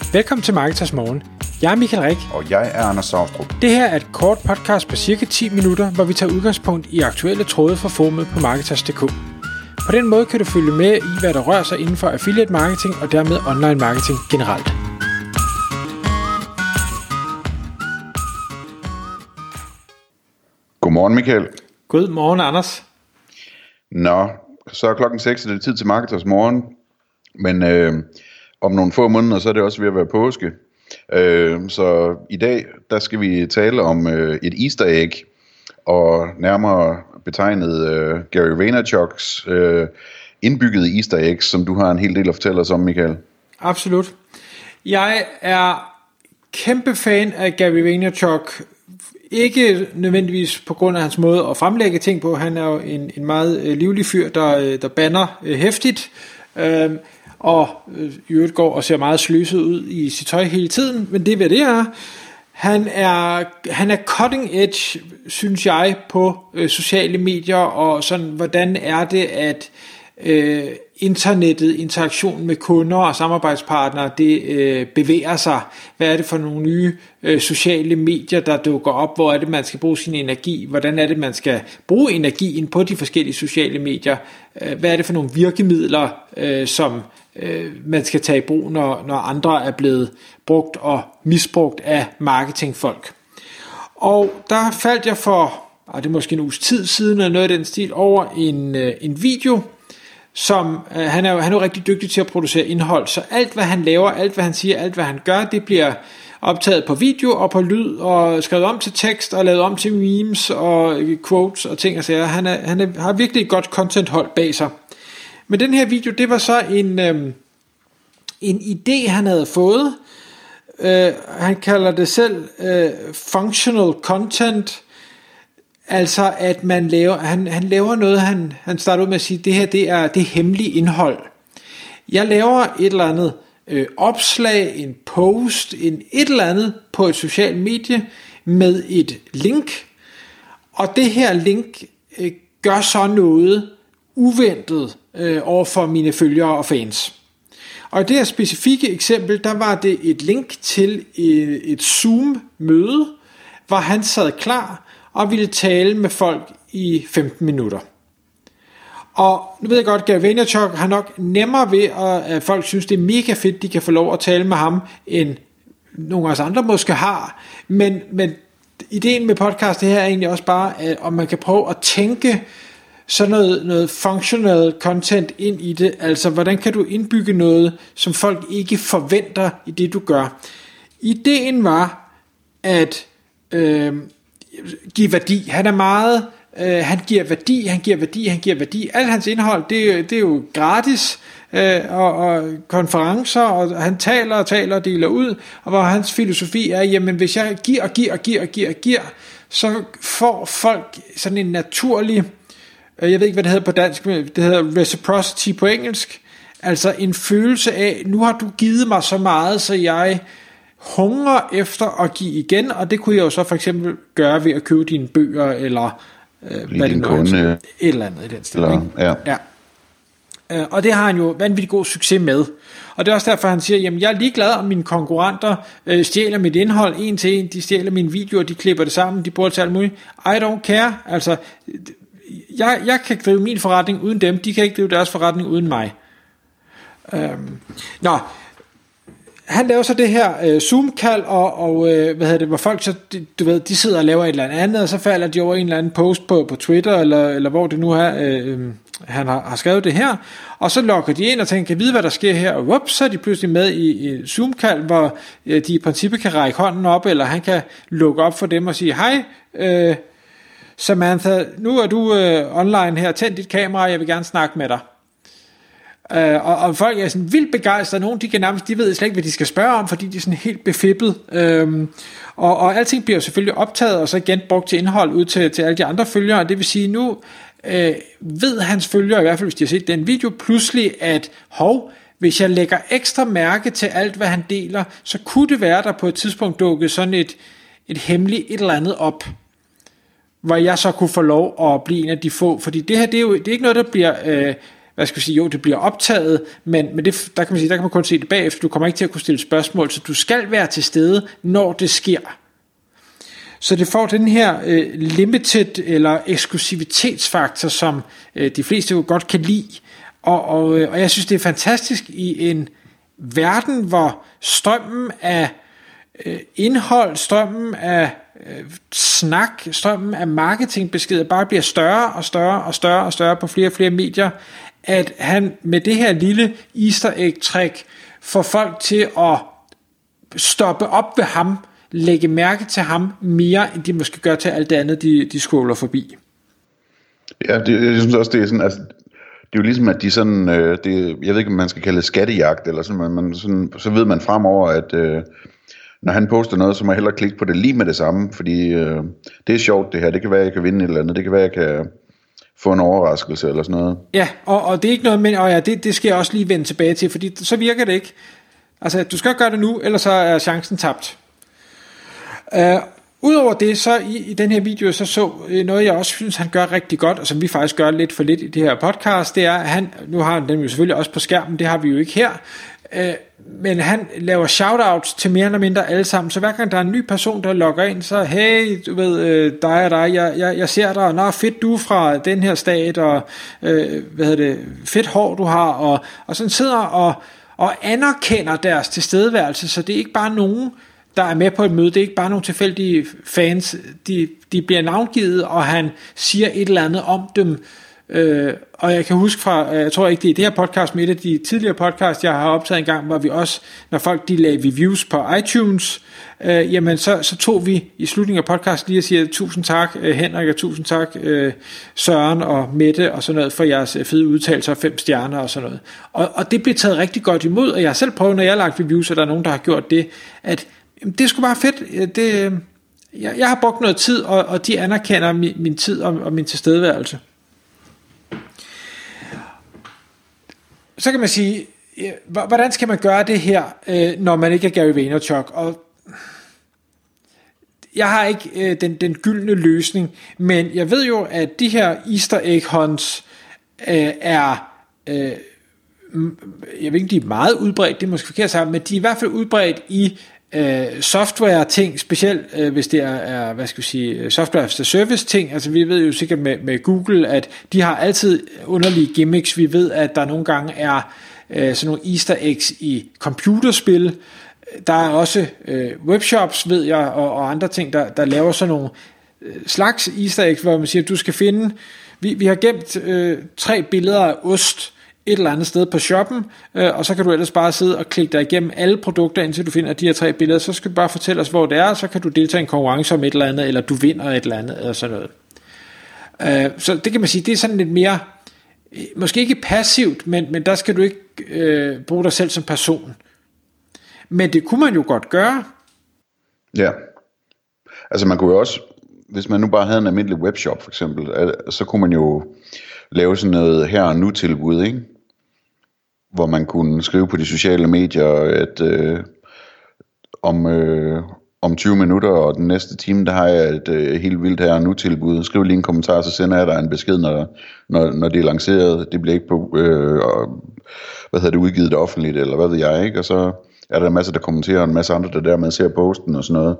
Velkommen til Marketers Morgen. Jeg er Michael Rik. Og jeg er Anders Saustrup. Det her er et kort podcast på cirka 10 minutter, hvor vi tager udgangspunkt i aktuelle tråde fra forumet på Marketers.dk. På den måde kan du følge med i, hvad der rører sig inden for affiliate marketing og dermed online marketing generelt. Godmorgen, Michael. Godmorgen, Anders. Nå, så er klokken 6, og det er tid til Marketers Morgen. Men om nogle få måneder, så er det også ved at være påske. Så i dag, der skal vi tale om et Easter egg, og nærmere betegnet Gary Vaynerchuks indbyggede Easter eggs, som du har en hel del at fortælle os om, Michael. Absolut. Jeg er kæmpe fan af Gary Vaynerchuk. Ikke nødvendigvis på grund af hans måde at fremlægge ting på. Han er jo en meget livlig fyr, der banner hæftigt. Og i øvrigt går og ser meget sløset ud i sit tøj hele tiden, men det er hvad det er. Han er cutting edge, synes jeg, på sociale medier, og sådan, hvordan er det, at internettet, interaktion med kunder og samarbejdspartnere, det bevæger sig. Hvad er det for nogle nye sociale medier, der dukker op? Hvor er det, man skal bruge sin energi? Hvordan er det, man skal bruge energien på de forskellige sociale medier? Hvad er det for nogle virkemidler, som man skal tage i brug, når andre er blevet brugt og misbrugt af marketingfolk? Og der faldt jeg for, det er måske en uges tid siden, eller noget af den stil, over en video, som han er jo rigtig dygtig til at producere indhold, så alt hvad han laver, alt hvad han siger, alt hvad han gør, det bliver optaget på video og på lyd og skrevet om til tekst og lavet om til memes og quotes og ting og sager. Han har virkelig et godt contenthold bag sig. Men den her video, det var så en idé, han havde fået. Han kalder det selv functional content. Altså at man laver, han laver noget, han starter ud med at sige, det her det er hemmelig indhold. Jeg laver et eller andet opslag, en post, et eller andet på et socialt medie med et link. Og det her link gør så noget uventet over for mine følgere og fans. Og i det her specifikke eksempel, der var det et link til et Zoom-møde, hvor han sad klar og ville tale med folk i 15 minutter. Og nu ved jeg godt, Gary Vaynerchuk har nok nemmere ved, at folk synes, det er mega fedt, de kan få lov at tale med ham, end nogle af os andre måske har. Men ideen med podcast det her er egentlig også bare, om man kan prøve at tænke sådan noget functional content ind i det. Altså, hvordan kan du indbygge noget, som folk ikke forventer i det, du gør? Ideen var at give værdi. Han er meget, han giver værdi. Alt hans indhold, det er jo gratis, og konferencer, og han taler og deler ud, og hvor hans filosofi er, jamen hvis jeg giver, så får folk sådan en naturlig, jeg ved ikke hvad det hedder på dansk, det hedder reciprocity på engelsk, altså en følelse af, nu har du givet mig så meget, så jeg hungrer efter at give igen, og det kunne jeg jo så for eksempel gøre ved at købe dine bøger, eller hvad det nu er, et eller andet i den stil. Ja. Og det har han jo vanvittigt god succes med. Og det er også derfor, han siger, jamen jeg er ligeglad, om mine konkurrenter stjæler mit indhold en til en, de stjæler mine videoer, de klipper det sammen, de bruger det til alt muligt. I don't care. Altså, jeg kan drive min forretning uden dem, de kan ikke drive deres forretning uden mig. Han laver så det her Zoom-kald, og hvor folk så, du ved, de sidder og laver et eller andet, og så falder de over en eller anden post på Twitter, eller hvor det nu er, han har skrevet det her, og så logger de ind og tænker, kan vide, hvad der sker her, og whoops, så er de pludselig med i Zoom-kald, hvor de i princippet kan række hånden op, eller han kan lukke op for dem og sige, hej, Samantha, nu er du online her, tænd dit kamera, jeg vil gerne snakke med dig. Og folk er sådan vildt begejstrede. Nogen de ved slet ikke hvad de skal spørge om, fordi de er sådan helt befippet, og alting bliver selvfølgelig optaget og så igen brugt til indhold ud til alle de andre følgere. Det vil sige nu ved hans følgere, i hvert fald hvis de har set den video, pludselig at hvis jeg lægger ekstra mærke til alt hvad han deler, så kunne det være der på et tidspunkt dukke sådan et hemmeligt et eller andet op, hvor jeg så kunne få lov at blive en af de få, fordi det her det er ikke noget der bliver hvad skal jeg sige, jo, det bliver optaget, men det, der kan man sige, der kan man kun se det bagefter. Du kommer ikke til at kunne stille spørgsmål, så du skal være til stede, når det sker. Så det får den her limited eller eksklusivitetsfaktor, som de fleste jo godt kan lide. Og jeg synes, det er fantastisk i en verden, hvor strømmen af indhold, strømmen af snak, strømmen af marketingbeskeder bare bliver større og større og større og større på flere og flere medier, at han med det her lille easter egg trick får folk til at stoppe op ved ham, lægge mærke til ham mere, end de måske gør til alt det andet, de scroller forbi. Ja, jeg synes også, det er sådan, altså, det er jo ligesom, at de sådan, jeg ved ikke, om man skal kalde det skattejagt, eller sådan, så ved man fremover, at når han poster noget, så må jeg hellere klikke på det lige med det samme, fordi det er sjovt det her, det kan være, jeg kan vinde et eller andet, det kan være, jeg kan få en overraskelse eller sådan noget. Ja, og det er ikke noget, men det skal jeg også lige vende tilbage til, fordi så virker det ikke. Altså, du skal gøre det nu, ellers så er chancen tabt. Udover det, så i den her video, så noget, jeg også synes, han gør rigtig godt, og som vi faktisk gør lidt for lidt i det her podcast, det er, at nu har han den jo selvfølgelig også på skærmen, det har vi jo ikke her, men han laver shoutouts til mere eller mindre alle sammen, så hver gang der er en ny person, der logger ind, så hey, du ved, dig og dig, jeg ser dig, og nå, fedt du fra den her stat, og fedt hår du har, og sådan sidder og anerkender deres tilstedeværelse, så det er ikke bare nogen, der er med på et møde, det er ikke bare nogle tilfældige fans, de bliver navngivet, og han siger et eller andet om dem, og jeg kan huske fra, jeg tror ikke det er det her podcast, men et af de tidligere podcasts, jeg har optaget en gang, hvor vi også, når folk de lagde reviews på iTunes, jamen så tog vi i slutningen af podcast lige og siger, tusind tak Henrik, og tusind tak Søren og Mette og sådan noget, for jeres fede udtalelser, 5 stjerner og sådan noget, og det blev taget rigtig godt imod, og jeg har selv prøvet, når jeg har lagt reviews, og der er nogen, der har gjort det, at det er sgu bare fedt, jeg har brugt noget tid, og de anerkender min tid og min tilstedeværelse. Så kan man sige, hvordan skal man gøre det her, når man ikke er Gary Vaynerchuk? Og jeg har ikke den gyldne løsning, men jeg ved jo, at de her Easter egg hunts er, jeg ved ikke, de er meget udbredt, det er måske forkert sagt, men de er i hvert fald udbredt i software ting, specielt hvis det er hvad skal vi sige, software as a service ting. Altså vi ved jo sikkert med Google, at de har altid underlige gimmicks. Vi ved, at der nogle gange er sådan nogle easter eggs i computerspil. Der er også webshops, ved jeg, og andre ting, der laver sådan nogle slags easter eggs, hvor man siger, at du skal finde, vi har gemt 3 billeder af ost et eller andet sted på shoppen, og så kan du ellers bare sidde og klikke dig igennem alle produkter, indtil du finder de her 3 billeder. Så skal du bare fortælle os, hvor det er, så kan du deltage i en konkurrence om et eller andet, eller du vinder et eller andet, eller sådan noget. Så det kan man sige, det er sådan lidt mere, måske ikke passivt, men der skal du ikke bruge dig selv som person. Men det kunne man jo godt gøre. Ja, altså man kunne jo også, hvis man nu bare havde en almindelig webshop for eksempel, så kunne man jo lave sådan noget her og nu tilbud, ikke? Hvor man kunne skrive på de sociale medier, at om 20 minutter og den næste time, der har jeg et helt vildt her og nu tilbud. Skriv lige en kommentar, så sender jeg dig en besked, når det er lanceret. Det bliver ikke på, udgivet offentligt, eller hvad ved jeg, ikke? Og så er der en masse, der kommenterer, og en masse andre, der dermed ser posten og sådan noget.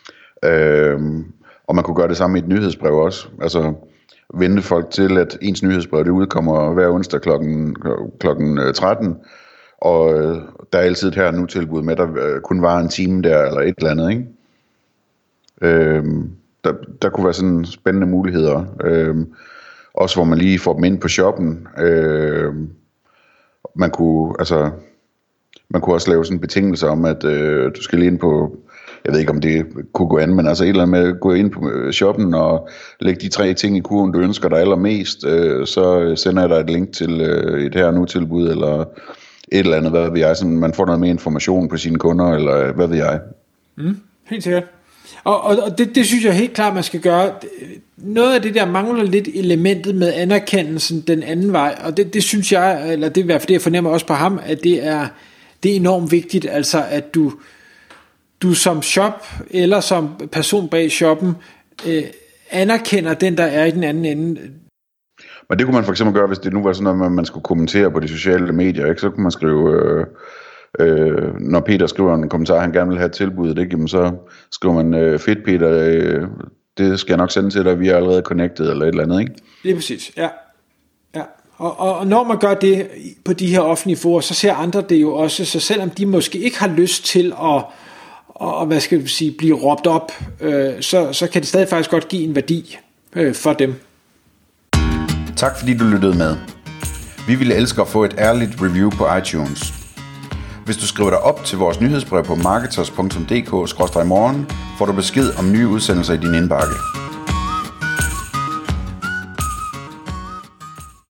Og man kunne gøre det samme i et nyhedsbrev også. Altså vente folk til, at ens nyhedsbrev det udkommer hver onsdag klokken 13, og der er altid et her nu tilbud med, der kun var en time der, eller et eller andet, ikke? Der kunne være sådan spændende muligheder, også hvor man lige får dem ind på shoppen. Man kunne også lave sådan betingelser om, at du skal lige ind på, jeg ved ikke om det kunne gå an, men altså et eller andet med at gå ind på shoppen og lægge de 3 ting i kurven, du ønsker dig allermest, så sender jeg dig et link til et her nu tilbud, eller et eller andet, hvad ved jeg, sådan man får noget mere information på sine kunder, eller hvad ved jeg. Helt sikkert. Og det synes jeg helt klart, man skal gøre. Noget af det der mangler lidt elementet med anerkendelsen den anden vej, og det synes jeg, eller det er i hvert fald det, jeg fornemmer også på ham, at det er enormt vigtigt, altså at du som shop, eller som person bag shoppen, anerkender den, der er i den anden ende. Men det kunne man for eksempel gøre, hvis det nu var sådan noget, man skulle kommentere på de sociale medier, ikke? Så kunne man skrive, når Peter skriver en kommentar, han gerne vil have et tilbud, ikke? Jamen, så skriver man, fedt Peter, det skal jeg nok sende til dig, vi er allerede connected, eller et eller andet, ikke? Lige præcis, ja. Og når man gør det på de her offentlige forer, så ser andre det jo også, så selvom de måske ikke har lyst til at hvad skal vi sige, blive råbt op, så kan det stadig faktisk godt give en værdi for dem. Tak fordi du lyttede med. Vi ville elske at få et ærligt review på iTunes. Hvis du skriver dig op til vores nyhedsbrev på marketers.dk/morgen, får du besked om nye udsendelser i din indbakke.